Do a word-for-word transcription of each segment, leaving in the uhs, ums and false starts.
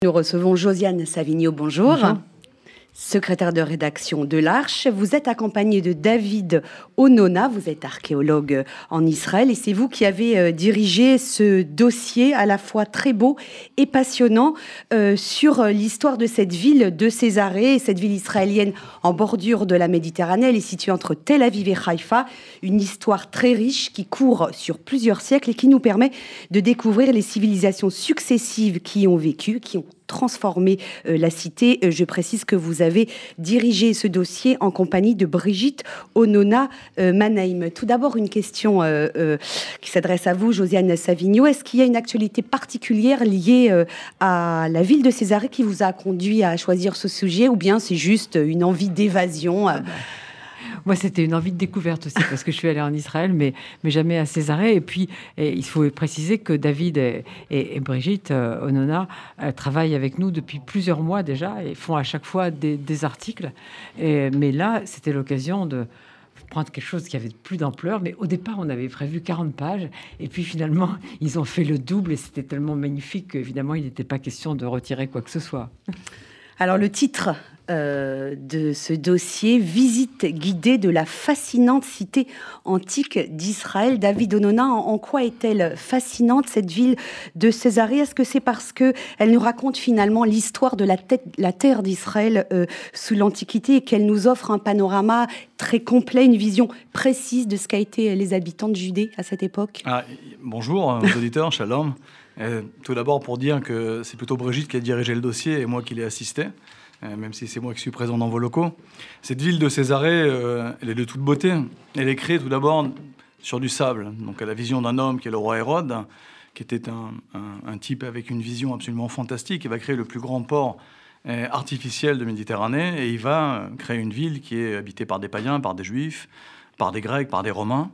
Nous recevons Josiane Savigno, bonjour. Bonjour. Secrétaire de rédaction de l'Arche. Vous êtes accompagnée de David Onona, vous êtes archéologue en Israël et c'est vous qui avez dirigé ce dossier à la fois très beau et passionnant euh, sur l'histoire de cette ville de Césarée, cette ville israélienne en bordure de la Méditerranée. Elle est située entre Tel Aviv et Haïfa, une histoire très riche qui court sur plusieurs siècles et qui nous permet de découvrir les civilisations successives qui y ont vécu, qui ont transformer euh, la cité. Euh, je précise que vous avez dirigé ce dossier en compagnie de Brigitte Onona euh, Manaïm. Tout d'abord, une question euh, euh, qui s'adresse à vous, Josiane Savigno. Est-ce qu'il y a une actualité particulière liée euh, à la ville de Césarée qui vous a conduit à choisir ce sujet, ou bien c'est juste une envie d'évasion euh... Moi, c'était une envie de découverte aussi, parce que je suis allée en Israël, mais, mais jamais à Césarée. Et puis, et il faut préciser que David et, et, et Brigitte euh, Onona euh, travaillent avec nous depuis plusieurs mois déjà, et font à chaque fois des, des articles. Et, mais là, c'était l'occasion de prendre quelque chose qui avait plus d'ampleur. Mais au départ, on avait prévu quarante pages. Et puis, finalement, ils ont fait le double, et c'était tellement magnifique qu'évidemment, il n'était pas question de retirer quoi que ce soit. Alors, le titre euh, de ce dossier, Visite guidée de la fascinante cité antique d'Israël. David Onona, en, en quoi est-elle fascinante, cette ville de Césarée? Est-ce que c'est parce qu'elle nous raconte finalement l'histoire de la, tête, la terre d'Israël euh, sous l'Antiquité et qu'elle nous offre un panorama très complet, une vision précise de ce qu'a été les habitants de Judée à cette époque? Ah, bonjour aux auditeurs, shalom. Euh, tout d'abord pour dire que c'est plutôt Brigitte qui a dirigé le dossier et moi qui l'ai assisté, euh, même si c'est moi qui suis présent dans vos locaux. Cette ville de Césarée, euh, elle est de toute beauté. Elle est créée tout d'abord sur du sable, donc à la vision d'un homme qui est le roi Hérode, qui était un, un, un type avec une vision absolument fantastique. Il va créer le plus grand port euh, artificiel de Méditerranée et il va créer une ville qui est habitée par des païens, par des juifs, par des grecs, par des romains.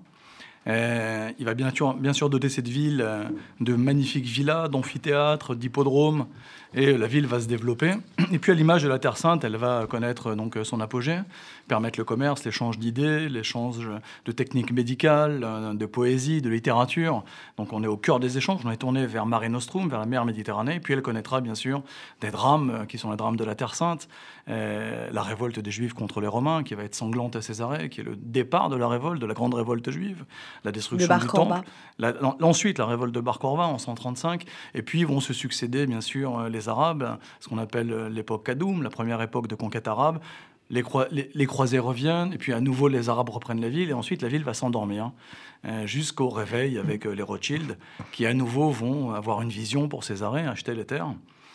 Euh, il va bien sûr, bien sûr doter cette ville euh, de magnifiques villas, d'amphithéâtres, d'hippodromes, et la ville va se développer. Et puis à l'image de la Terre Sainte, elle va connaître donc son apogée, permettre le commerce, l'échange d'idées, l'échange de techniques médicales, de poésie, de littérature. Donc on est au cœur des échanges, on est tourné vers Mare Nostrum, vers la mer Méditerranée, et puis elle connaîtra bien sûr des drames qui sont les drames de la Terre Sainte, euh, la révolte des Juifs contre les Romains, qui va être sanglante à Césarée, qui est le départ de la révolte, de la grande révolte juive, la destruction du temple. La, ensuite, la révolte de Bar Korba en cent trente-cinq, et puis vont se succéder bien sûr les Arabes, ce qu'on appelle l'époque Kadoum, la première époque de conquête arabe. Les, croi- les, les croisés reviennent, et puis à nouveau les Arabes reprennent la ville, et ensuite la ville va s'endormir euh, jusqu'au réveil avec euh, les Rothschild, qui à nouveau vont avoir une vision pour Césarée, acheter les terres.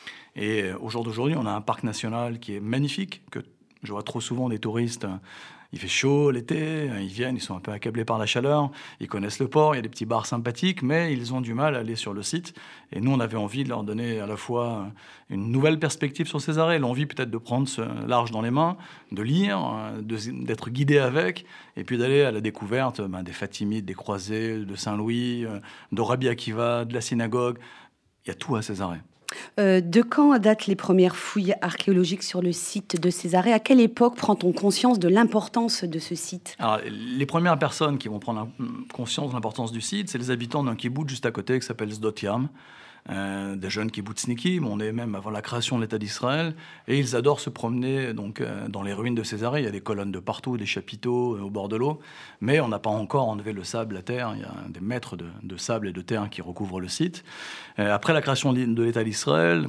Et euh, au jour d'aujourd'hui, on a un parc national qui est magnifique, que je vois trop souvent des touristes. Il fait chaud l'été, ils viennent, ils sont un peu accablés par la chaleur, ils connaissent le port, il y a des petits bars sympathiques, mais ils ont du mal à aller sur le site. Et nous, on avait envie de leur donner à la fois une nouvelle perspective sur Césarée, l'envie peut-être de prendre ce large dans les mains, de lire, de, d'être guidé avec, et puis d'aller à la découverte ben, des Fatimides, des Croisés, de Saint-Louis, de Rabbi Akiva, de la synagogue. Il y a tout à Césarée. Euh, de quand datent les premières fouilles archéologiques sur le site de Césarée? À quelle époque prend-on conscience de l'importance de ce site? Alors, les premières personnes qui vont prendre conscience de l'importance du site, c'est les habitants d'un kibboutz juste à côté qui s'appelle Sdot Yam. Euh, des jeunes kibbutznikim, on est même avant la création de l'État d'Israël, et ils adorent se promener donc, euh, dans les ruines de Césarée. Il y a des colonnes de partout, des chapiteaux euh, au bord de l'eau, mais on n'a pas encore enlevé le sable, la terre. Il y a des mètres de, de sable et de terre qui recouvrent le site. Euh, après la création de l'État d'Israël,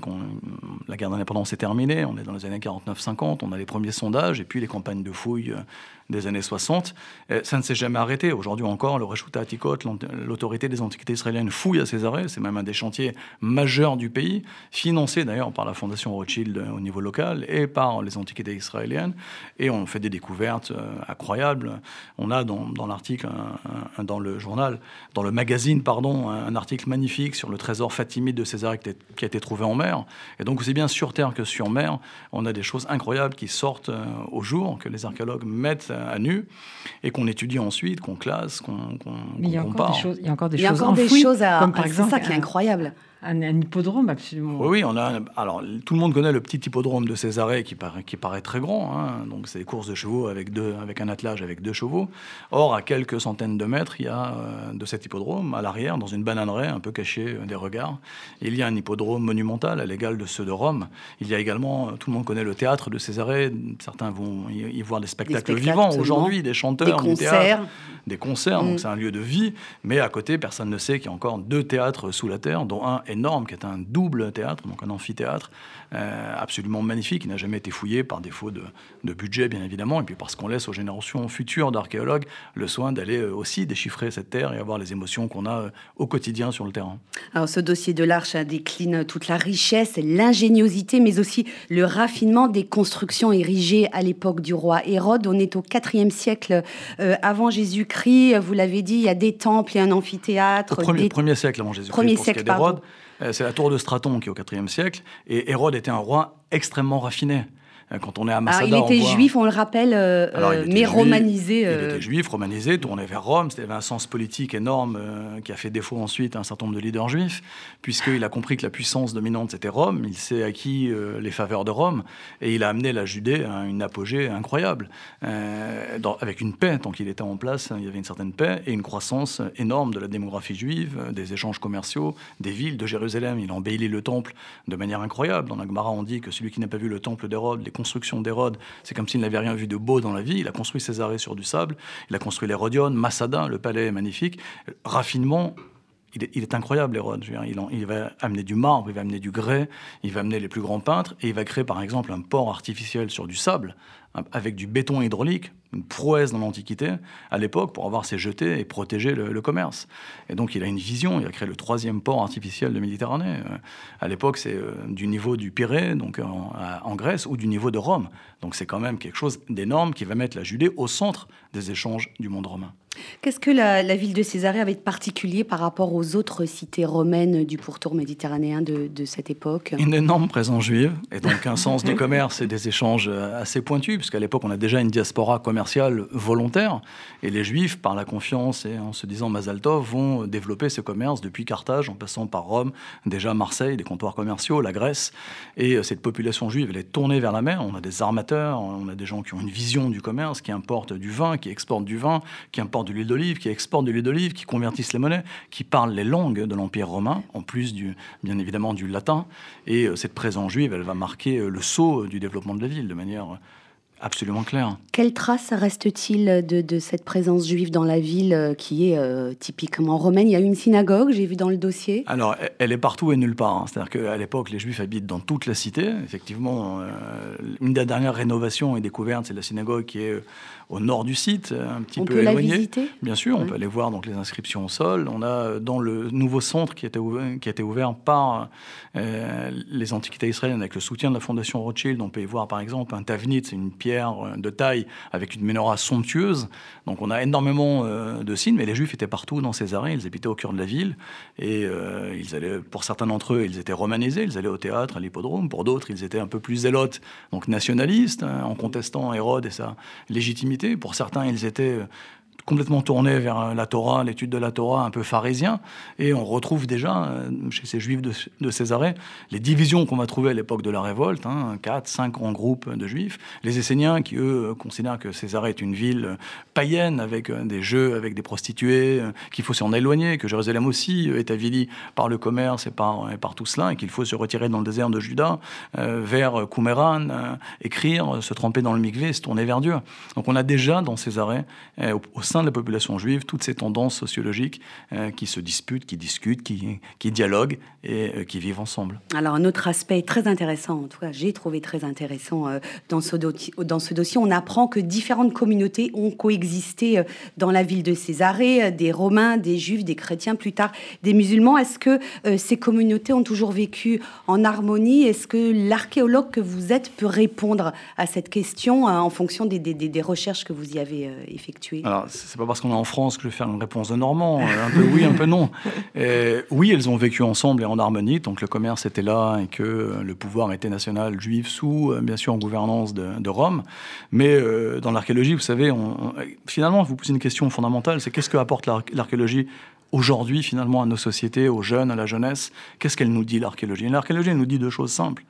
la guerre d'indépendance est terminée, on est dans les années quarante-neuf cinquante, on a les premiers sondages, et puis les campagnes de fouilles euh, des années soixante. Et ça ne s'est jamais arrêté. Aujourd'hui encore, le Reshut HaAtikot, l'autorité des antiquités israéliennes, fouille à Césarée. C'est même un des chantiers majeur du pays, financé d'ailleurs par la Fondation Rothschild au niveau local et par les antiquités israéliennes. Et on fait des découvertes euh, incroyables. On a dans, dans l'article, un, un, dans le journal, dans le magazine, pardon, un, un article magnifique sur le trésor fatimide de Césarée qui, qui a été trouvé en mer. Et donc, aussi bien sur terre que sur mer, on a des choses incroyables qui sortent euh, au jour, que les archéologues mettent à nu et qu'on étudie ensuite, qu'on classe, qu'on, qu'on, il y a qu'on compare. Encore des choses, il y a encore des il y a choses encore enfouies, des choses à, comme par à, exemple, c'est ça qui est incroyable. un, un hippodrome absolument. Oui, oui, on a. Alors, tout le monde connaît le petit hippodrome de Césarée qui paraît, qui paraît très grand. Hein. Donc, c'est des courses de chevaux avec, deux, avec un attelage avec deux chevaux. Or, à quelques centaines de mètres, il y a euh, de cet hippodrome, à l'arrière, dans une bananeraie, un peu cachée euh, des regards, il y a un hippodrome monumental à l'égal de ceux de Rome. Il y a également, tout le monde connaît le théâtre de Césarée. Certains vont y, y voir des spectacles, des spectacles vivants aujourd'hui, des chanteurs, des concerts. Du théâtre, des concerts. Mmh. Donc, c'est un lieu de vie. Mais à côté, personne ne sait qu'il y a encore deux théâtres sous la terre, dont un énorme qui est un double théâtre, donc un amphithéâtre euh, absolument magnifique, qui n'a jamais été fouillé par défaut de, de budget, bien évidemment, et puis parce qu'on laisse aux générations futures d'archéologues le soin d'aller euh, aussi déchiffrer cette terre et avoir les émotions qu'on a euh, au quotidien sur le terrain. Alors, ce dossier de l'Arche décline toute la richesse, l'ingéniosité, mais aussi le raffinement des constructions érigées à l'époque du roi Hérode. On est au quatrième siècle euh, avant Jésus-Christ. Vous l'avez dit, il y a des temples, il y a un amphithéâtre. Au premier, des... premier siècle avant Jésus-Christ, premier pour siècle, ce qui est d'Hérode. C'est la tour de Straton qui est au quatrième siècle. Et Hérode était un roi extrêmement raffiné. Quand on est à Masada, Alors, il était on voit... juif, on le rappelle, euh, Alors, mais juif, romanisé. Euh... Il était juif, romanisé, tourné vers Rome. C'était un sens politique énorme euh, qui a fait défaut ensuite à un certain nombre de leaders juifs, puisqu'il a compris que la puissance dominante, c'était Rome. Il s'est acquis euh, les faveurs de Rome et il a amené la Judée à une apogée incroyable, euh, dans, avec une paix. Tant qu'il était en place, il y avait une certaine paix et une croissance énorme de la démographie juive, des échanges commerciaux, des villes de Jérusalem. Il a embelli le temple de manière incroyable. Dans la Gemara, on dit que celui qui n'a pas vu le temple d'Hérode, les construction d'Hérode, c'est comme s'il n'avait rien vu de beau dans la vie. Il a construit Césarée sur du sable, il a construit l'Hérodion, Masada, le palais est magnifique. Raffinement, il est, il est incroyable, Hérode. Je veux dire, il, en, il va amener du marbre, il va amener du grès, il va amener les plus grands peintres, et il va créer par exemple un port artificiel sur du sable, avec du béton hydraulique, une prouesse dans l'Antiquité, à l'époque, pour avoir ses jetées et protéger le, le commerce. Et donc, il a une vision, il a créé le troisième port artificiel de Méditerranée. Euh, à l'époque, c'est euh, du niveau du Pirée, donc en, en Grèce, ou du niveau de Rome. Donc, c'est quand même quelque chose d'énorme qui va mettre la Judée au centre des échanges du monde romain. Qu'est-ce que la, la ville de Césarée avait de particulier par rapport aux autres cités romaines du pourtour méditerranéen de, de cette époque ? Une énorme présence juive, et donc un sens du commerce et des échanges assez pointus, puisqu'à l'époque, on a déjà une diaspora commerciale volontaire, et les Juifs, par la confiance et en se disant Mazal Tov, vont développer ce commerce depuis Carthage, en passant par Rome, déjà Marseille, des comptoirs commerciaux, la Grèce, et cette population juive, elle est tournée vers la mer. On a des armateurs, on a des gens qui ont une vision du commerce, qui importent du vin, qui exportent du vin, qui importent de l'huile d'olive, qui exportent de l'huile d'olive, qui convertissent les monnaies, qui parlent les langues de l'Empire romain, en plus du, bien évidemment du latin. Et euh, cette présence juive, elle va marquer euh, le saut du développement de la ville de manière euh, absolument claire. Quelle trace reste-t-il de, de cette présence juive dans la ville euh, qui est euh, typiquement romaine ? Il y a une synagogue, j'ai vu dans le dossier. Alors, elle est partout et nulle part. Hein. C'est-à-dire qu'à l'époque, les Juifs habitent dans toute la cité. Effectivement, euh, une des dernières rénovations et découvertes, c'est la synagogue qui est au nord du site, un petit on peu peut éloigné. La visiter ? Bien sûr, ouais. On peut aller voir donc les inscriptions au sol. On a dans le nouveau centre qui a été ouvert, qui a été ouvert par euh, les Antiquités israéliennes avec le soutien de la Fondation Rothschild. On peut y voir par exemple un tavnit, c'est une pierre de taille avec une menorah somptueuse. Donc on a énormément euh, de signes, mais les Juifs étaient partout dans Césarée. Ils habitaient au cœur de la ville et euh, ils allaient, pour certains d'entre eux, ils étaient romanisés. Ils allaient au théâtre, à l'hippodrome. Pour d'autres, ils étaient un peu plus zélotes, donc nationalistes, hein, en contestant Hérode et sa légitimité. Pour certains, ils étaient complètement tournés vers la Torah, l'étude de la Torah, un peu pharisien. Et on retrouve déjà, chez ces Juifs de, de Césarée, les divisions qu'on va trouver à l'époque de la révolte, hein, quatre, cinq grands groupes de Juifs. Les Esséniens, qui, eux, considèrent que Césarée est une ville païenne, avec des jeux, avec des prostituées, qu'il faut s'en éloigner, que Jérusalem aussi est avilie par le commerce et par, et par tout cela, et qu'il faut se retirer dans le désert de Juda, euh, vers Qumran, euh, écrire, se tremper dans le mikvé, se tourner vers Dieu. Donc on a déjà dans Césarée, euh, au, au sein de la population juive, toutes ces tendances sociologiques euh, qui se disputent, qui discutent, qui, qui dialoguent et euh, qui vivent ensemble. Alors un autre aspect très intéressant, en tout cas j'ai trouvé très intéressant euh, dans, ce do- dans ce dossier, on apprend que différentes communautés ont coexisté euh, dans la ville de Césarée, euh, des Romains, des Juifs, des chrétiens, plus tard des musulmans. Est-ce que euh, ces communautés ont toujours vécu en harmonie ? Est-ce que l'archéologue que vous êtes peut répondre à cette question euh, en fonction des, des, des recherches que vous y avez euh, effectuées ? Alors, c'est pas parce qu'on est en France que je vais faire une réponse de Normand, un peu oui, un peu non. Et oui, elles ont vécu ensemble et en harmonie, donc le commerce était là et que le pouvoir était national juif sous, bien sûr, en gouvernance de, de Rome. Mais euh, dans l'archéologie, vous savez, on, on, finalement, vous posez une question fondamentale, c'est qu'est-ce que apporte l'archéologie aujourd'hui, finalement, à nos sociétés, aux jeunes, à la jeunesse, qu'est-ce qu'elle nous dit, l'archéologie? L'archéologie, elle nous dit deux choses simples.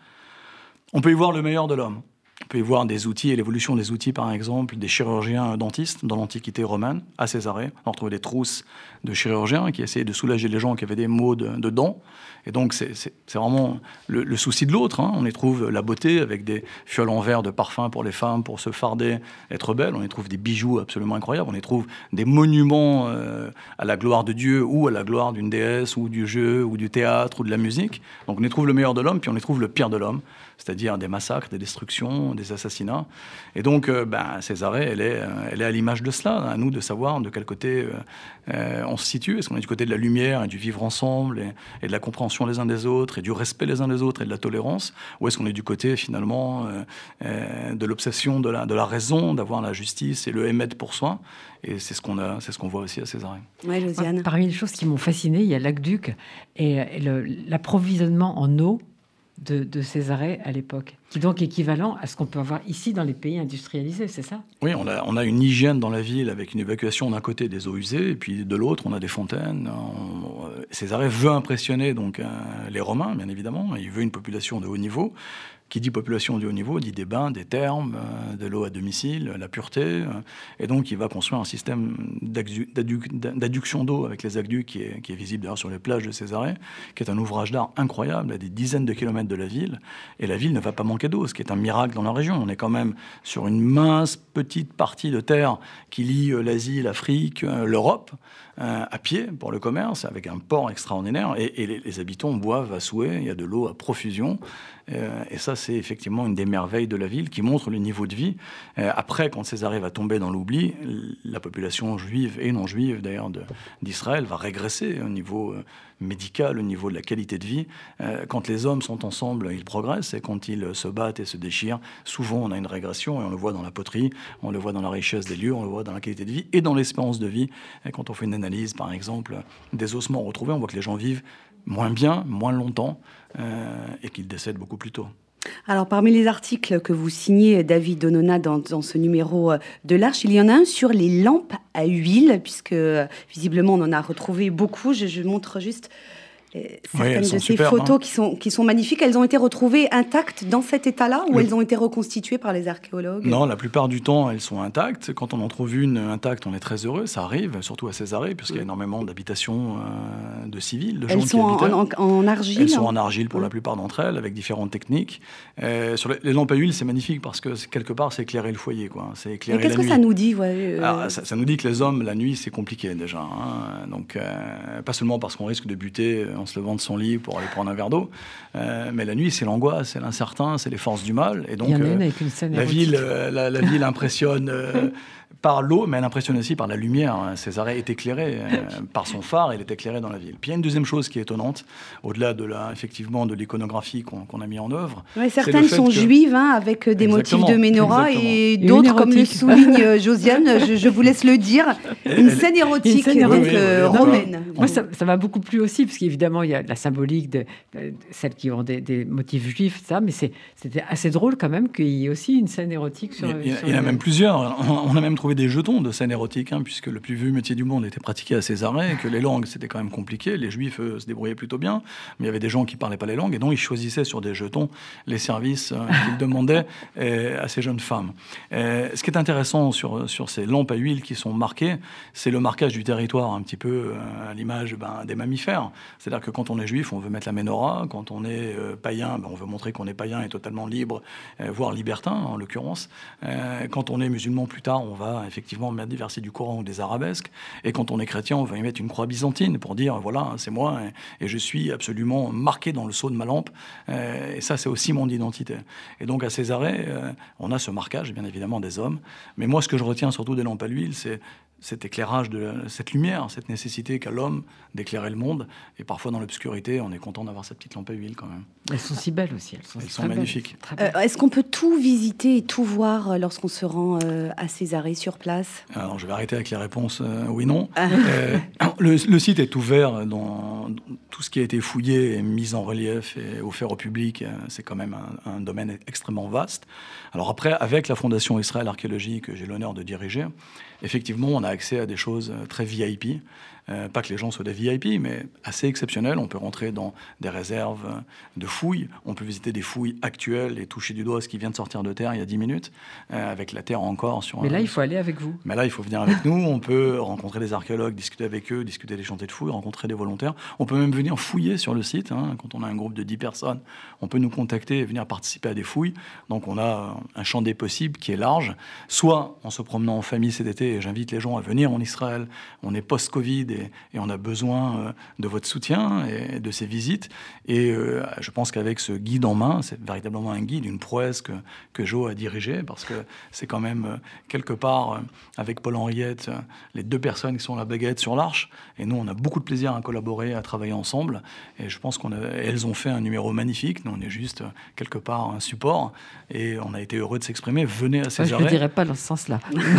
On peut y voir le meilleur de l'homme. On peut y voir des outils et l'évolution des outils, par exemple, des chirurgiens dentistes dans l'Antiquité romaine, à Césarée. On retrouve des trousses de chirurgiens qui essayaient de soulager les gens qui avaient des maux de, de dents. Et donc, c'est, c'est, c'est vraiment le, le souci de l'autre. Hein. On y trouve la beauté avec des fioles en verre de parfum pour les femmes, pour se farder, être belle. On y trouve des bijoux absolument incroyables. On y trouve des monuments euh, à la gloire de Dieu ou à la gloire d'une déesse ou du jeu ou du théâtre ou de la musique. Donc, on y trouve le meilleur de l'homme, puis on y trouve le pire de l'homme, c'est-à-dire des massacres, des destructions, des assassinats. Et donc, euh, ben, Césarée, elle est, elle est à l'image de cela. À nous de savoir de quel côté euh, euh, on se situe. Est-ce qu'on est du côté de la lumière et du vivre ensemble et, et de la compréhension les uns des autres et du respect les uns des autres et de la tolérance, ou est-ce qu'on est du côté finalement euh, euh, de l'obsession de la, de la raison, d'avoir la justice et le émettre pour soi? Et c'est ce qu'on a, c'est ce qu'on voit aussi à Césarée. Ouais, Josiane. Parmi les choses qui m'ont fasciné, il y a l'aqueduc et, et le, l'approvisionnement en eau de, de Césarée à l'époque, qui est donc équivalent à ce qu'on peut avoir ici dans les pays industrialisés, c'est ça? Oui, on a, on a une hygiène dans la ville avec une évacuation d'un côté des eaux usées, et puis de l'autre, on a des fontaines. On, Césarée veut impressionner donc, euh, les Romains, bien évidemment, et il veut une population de haut niveau. Qui dit population de haut niveau, dit des bains, des thermes, euh, de l'eau à domicile, la pureté. Euh, et donc, il va construire un système d'addu- d'addu- d'adduction d'eau avec les aqueducs qui est, qui est visible d'ailleurs sur les plages de Césarée, qui est un ouvrage d'art incroyable à des dizaines de kilomètres de la ville. Et la ville ne va pas manquer d'eau, ce qui est un miracle dans la région. On est quand même sur une mince petite partie de terre qui lie euh, l'Asie, l'Afrique, euh, l'Europe, euh, à pied pour le commerce, avec un port extraordinaire. Et, et les, les habitants boivent à souhait, il y a de l'eau à profusion. Euh, et ça, c'est effectivement une des merveilles de la ville qui montre le niveau de vie. Euh, après, quand Césarée va tomber dans l'oubli, la population juive et non juive, d'ailleurs, de, d'Israël va régresser au niveau euh, médical, au niveau de la qualité de vie. Euh, quand les hommes sont ensemble, ils progressent. Et quand ils se battent et se déchirent, souvent, on a une régression. Et on le voit dans la poterie, on le voit dans la richesse des lieux, on le voit dans la qualité de vie et dans l'espérance de vie. Et quand on fait une analyse, par exemple, des ossements retrouvés, on voit que les gens vivent moins bien, moins longtemps, euh, et qu'ils décèdent beaucoup plus tôt. Alors, parmi les articles que vous signez, David Onona, dans, dans ce numéro de l'Arche, il y en a un sur les lampes à huile, puisque visiblement, on en a retrouvé beaucoup. Je, je montre juste certaines oui, de ces superbes, photos hein. qui, sont, qui sont magnifiques. Elles ont été retrouvées intactes dans cet état-là ou Le... elles ont été reconstituées par les archéologues? Non, la plupart du temps, elles sont intactes. Quand on en trouve une intacte, on est très heureux. Ça arrive, surtout à Césarée, puisqu'il y a énormément d'habitations euh, de civils, de gens elles qui sont habitaient. En, en, en argile Elles sont en argile pour oui. la plupart d'entre elles, avec différentes techniques. Euh, sur les, les lampes à huile, c'est magnifique parce que quelque part, c'est éclairer le foyer. Quoi. C'est éclairer Mais qu'est-ce la que nuit. ça nous dit ouais, euh... Alors, ça, ça nous dit que les hommes, la nuit, c'est compliqué déjà. Hein. Donc, euh, pas seulement parce qu'on risque de buter en se levant de son lit pour aller prendre un verre d'eau. Euh, mais la nuit, c'est l'angoisse, c'est l'incertain, c'est les forces du mal. Et donc, Il y en a une euh, avec une scène la, ville, euh, la, la ville impressionne euh, par l'eau, mais elle impressionne aussi par la lumière. Césarée est éclairé euh, par son phare, il est éclairé dans la ville. Puis il y a une deuxième chose qui est étonnante, au-delà de la, effectivement, de l'iconographie qu'on, qu'on a mis en œuvre. Ouais, certaines sont que... juives, hein, avec des exactement, motifs de menorah, et d'autres, comme le souligne Josiane, je, je vous laisse le dire, une scène érotique, une scène érotique donc, euh, oui, oui, romaine. Moi, ça, ça m'a beaucoup plu aussi, parce qu'évidemment, il y a la symbolique de, de celles qui ont des, des motifs juifs, ça, mais c'est, c'était assez drôle quand même qu'il y ait aussi une scène érotique sur. Il y, sur il y en a le... même plusieurs. On a même trouvé des jetons de scènes érotiques, hein, puisque le plus vieux métier du monde était pratiqué à Césarée, et que les langues, c'était quand même compliqué. Les Juifs eux, se débrouillaient plutôt bien, mais il y avait des gens qui parlaient pas les langues, et donc ils choisissaient sur des jetons les services euh, qu'ils demandaient et, à ces jeunes femmes. Et, ce qui est intéressant sur, sur ces lampes à huile qui sont marquées, c'est le marquage du territoire, un petit peu euh, à l'image ben, des mammifères. C'est-à-dire que quand on est juif, on veut mettre la menorah. Quand on est euh, païen, ben, on veut montrer qu'on est païen et totalement libre, euh, voire libertin en l'occurrence. Euh, quand on est musulman plus tard, on va effectivement mettre des versets du Coran ou des arabesques. Et quand on est chrétien, on va y mettre une croix byzantine pour dire voilà, c'est moi et, et je suis absolument marqué dans le sceau de ma lampe. Euh, et ça, c'est aussi mon identité. Et donc à Césarée, euh, on a ce marquage, bien évidemment, des hommes. Mais moi, ce que je retiens surtout des lampes à l'huile, c'est cet éclairage, de cette lumière, cette nécessité qu'a l'homme d'éclairer le monde. Et parfois, dans l'obscurité, on est content d'avoir cette petite lampe à huile quand même. Elles sont si belles aussi. Elles sont, elles sont magnifiques. Euh, est-ce qu'on peut tout visiter et tout voir lorsqu'on se rend euh, à Césarée sur place? Alors, je vais arrêter avec les réponses euh, oui-non. Ah. Euh, le, le site est ouvert dans, dans tout ce qui a été fouillé et mis en relief et offert au public. C'est quand même un, un domaine extrêmement vaste. Alors après, avec la Fondation Israël Archéologie que j'ai l'honneur de diriger, effectivement, on a accès à des choses très V I P. Euh, pas que les gens soient des V I P, mais assez exceptionnels. On peut rentrer dans des réserves de fouilles. On peut visiter des fouilles actuelles et toucher du doigt ce qui vient de sortir de terre il y a dix minutes, euh, avec la terre encore sur... Mais là, un... il faut aller avec vous. Mais là, il faut venir avec nous. On peut rencontrer des archéologues, discuter avec eux, discuter des chantiers de fouilles, rencontrer des volontaires. On peut même venir fouiller sur le site. Hein. Quand on a un groupe de dix personnes, on peut nous contacter et venir participer à des fouilles. Donc, on a un champ des possibles qui est large. Soit en se promenant en famille cet été, et j'invite les gens à venir en Israël. On est post-Covid et, et on a besoin euh, de votre soutien et de ces visites. Et euh, je pense qu'avec ce guide en main, c'est véritablement un guide, une prouesse que, que Jo a dirigé, parce que c'est quand même euh, quelque part, euh, avec Paul Henriette, euh, les deux personnes qui sont la baguette sur l'arche. Et nous, on a beaucoup de plaisir à collaborer, à travailler ensemble. Et je pense qu'elles ont fait un numéro magnifique. Nous, on est juste euh, quelque part un support. Et on a été heureux de s'exprimer. Venez à Césarée. Je ne dirais pas dans ce sens-là.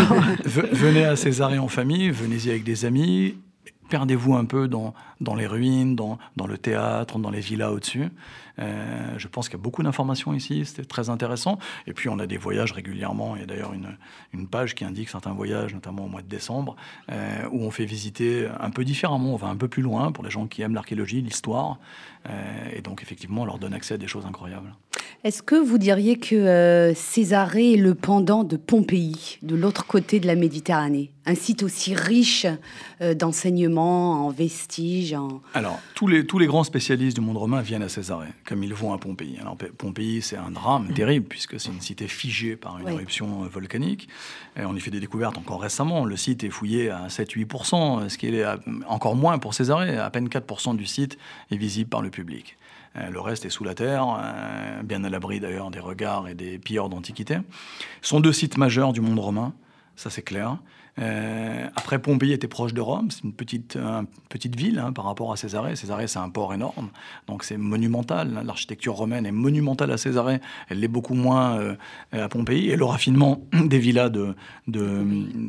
Venez à Césarée en famille, venez-y avec des amis. Perdez-vous un peu dans, dans les ruines, dans, dans le théâtre, dans les villas au-dessus. Euh, je pense qu'il y a beaucoup d'informations ici, c'était très intéressant. Et puis on a des voyages régulièrement. Il y a d'ailleurs une, une page qui indique certains voyages, notamment au mois de décembre, euh, où on fait visiter un peu différemment. On va un peu plus loin pour les gens qui aiment l'archéologie, l'histoire. Euh, et donc effectivement, on leur donne accès à des choses incroyables. Est-ce que vous diriez que euh, Césarée est le pendant de Pompéi, de l'autre côté de la Méditerranée? Un site aussi riche euh, d'enseignements, en vestiges en... Alors, tous les, tous les grands spécialistes du monde romain viennent à Césarée, comme ils vont à Pompéi. Alors, Pompéi, c'est un drame terrible, puisque c'est une cité figée par une oui. éruption volcanique. Et on y fait des découvertes encore récemment. Le site est fouillé à sept à huit pour cent, ce qui est encore moins pour Césarée. À peine quatre pour cent du site est visible par le public. Le reste est sous la terre, bien à l'abri d'ailleurs des regards et des pilleurs d'Antiquité. Ce sont deux sites majeurs du monde romain, ça c'est clair. Euh, après, Pompéi était proche de Rome, c'est une petite, une petite ville hein, par rapport à Césarée. Césarée, c'est un port énorme, donc c'est monumental. L'architecture romaine est monumentale à Césarée, elle l'est beaucoup moins euh, à Pompéi. Et le raffinement des villas de... de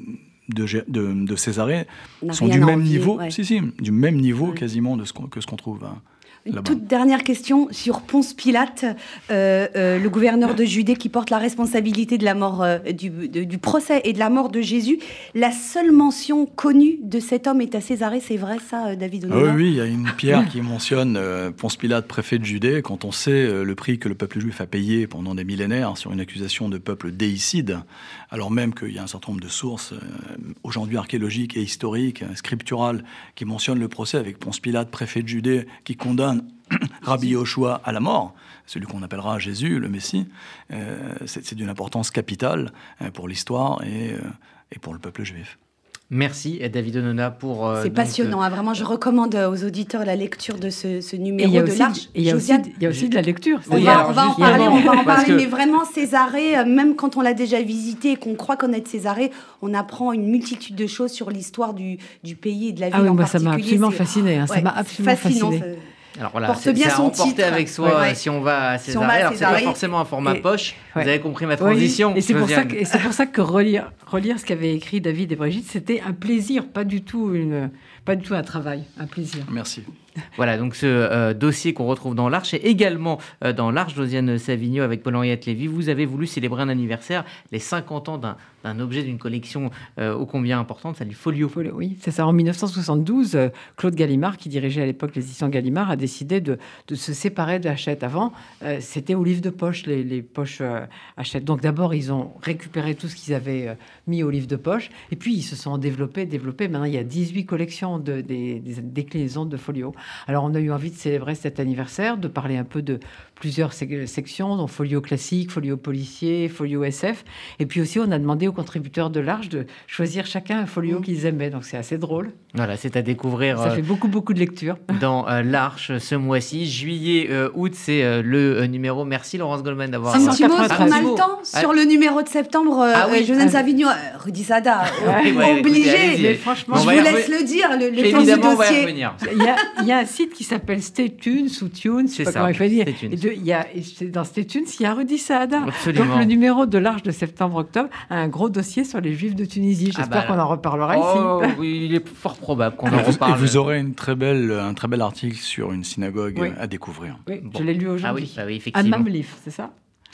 De, de, de Césarée sont du même envier, niveau, ouais. si, si, du même niveau ouais. quasiment de ce qu'on, que ce qu'on trouve hein, Une là-bas. Toute dernière question sur Ponce Pilate, euh, euh, le gouverneur de Judée qui porte la responsabilité de la mort, euh, du, de, du procès et de la mort de Jésus. La seule mention connue de cet homme est à Césarée, c'est vrai ça, David Onona? Ah oui, oui, il y a une pierre qui mentionne euh, Ponce Pilate, préfet de Judée, quand on sait euh, le prix que le peuple juif a payé pendant des millénaires sur une accusation de peuple déicide, alors même qu'il y a un certain nombre de sources euh, aujourd'hui archéologiques et historiques, euh, scripturales, qui mentionnent le procès avec Ponce Pilate, préfet de Judée, qui condamne Rabbi Yoshua à la mort, celui qu'on appellera Jésus, le Messie. Euh, c'est, c'est d'une importance capitale euh, pour l'histoire et, euh, et pour le peuple juif. Merci David Onona pour... Euh, c'est donc, passionnant, euh... hein, vraiment je recommande aux auditeurs la lecture de ce, ce numéro de aussi, l'Arche. Il y, a aussi, il y a aussi de la lecture. On, oui, va, alors, on va en parler, on va en parler que... mais vraiment Césarée, même quand on l'a déjà visité et qu'on croit connaître Césarée, on apprend une multitude de choses sur l'histoire du, du pays et de la ville ah oui, en moi, particulier. Ça m'a absolument c'est... fasciné, hein, ouais, ça m'a absolument fascinant, fasciné. Ça... Alors voilà, porte c'est, bien c'est son à emporter titre. avec soi ouais. si on va à Césarée. Si on va à Alors Césarée. c'est pas forcément un format et, poche. Ouais. Vous avez compris ma transition. Oui, et c'est pour, ça que, et c'est pour ça que relire, relire ce qu'avaient écrit David et Brigitte, c'était un plaisir, pas du tout une, pas du tout un travail, un plaisir. Merci. Voilà, donc ce euh, dossier qu'on retrouve dans l'Arche et également euh, dans l'Arche, Josiane Savigno avec Paul-Henriette Lévy. Vous avez voulu célébrer un anniversaire, les cinquante ans d'un, d'un objet d'une collection euh, ô combien importante, c'est le folio. folio. Oui, c'est ça. En dix-neuf cent soixante-douze, euh, Claude Gallimard, qui dirigeait à l'époque les éditions Gallimard, a décidé de, de se séparer de Hachette. Avant, euh, c'était au livre de poche, les, les poches euh, Hachette. Donc d'abord, ils ont récupéré tout ce qu'ils avaient euh, mis au livre de poche, et puis ils se sont développés, développés. Maintenant, il y a dix-huit collections de, des, des déclinaisons de folio. Alors, on a eu envie de célébrer cet anniversaire, de parler un peu de plusieurs sec- sections, donc folio classique, folio policier, folio S F. Et puis aussi, on a demandé aux contributeurs de l'Arche de choisir chacun un folio mmh. qu'ils aimaient. Donc, c'est assez drôle. Voilà, c'est à découvrir. Ça euh, fait beaucoup, beaucoup de lectures. Dans euh, l'Arche ce mois-ci. Juillet, euh, août, c'est euh, le euh, numéro. Merci Laurence Goldman d'avoir... Un petit mot, on a le temps. Ah. Sur le numéro de septembre, euh, ah oui, Josiane ah. Savigno, euh, Rudy Sada, oui, ouais, obligé. Écoutez, mais franchement, je vous laisse le dire, le, le temps du dossier. Il y, a, il y a un site qui s'appelle Stay Tunes ou Tunes, je sais pas comment il faut dire. Et de, il y a, et dans Stay Tunes, il y a Rudy Saada. Absolument. Donc le numéro de l'Arche de septembre-octobre a un gros dossier sur les Juifs de Tunisie. J'espère ah bah, qu'on en reparlera oh, ici. Oui, il est fort probable qu'on en reparle. Et vous aurez une très belle, un très bel article sur une synagogue oui. à découvrir. Oui, bon. Je l'ai lu aujourd'hui. Ah oui, bah oui effectivement. Anne Mamlif, c'est ça?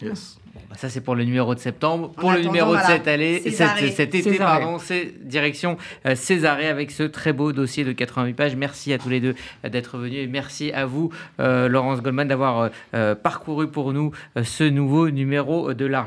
Yes. Bah ça, c'est pour le numéro de septembre. Pour En le attendant, numéro de voilà, cette année, Césarée. cet, cet été, Césarée. pardon, c'est direction euh, Césarée avec ce très beau dossier de quatre-vingt-huit pages. Merci à tous les deux euh, d'être venus et merci à vous, euh, Laurence Goldman, d'avoir euh, parcouru pour nous euh, ce nouveau numéro de l'Arche.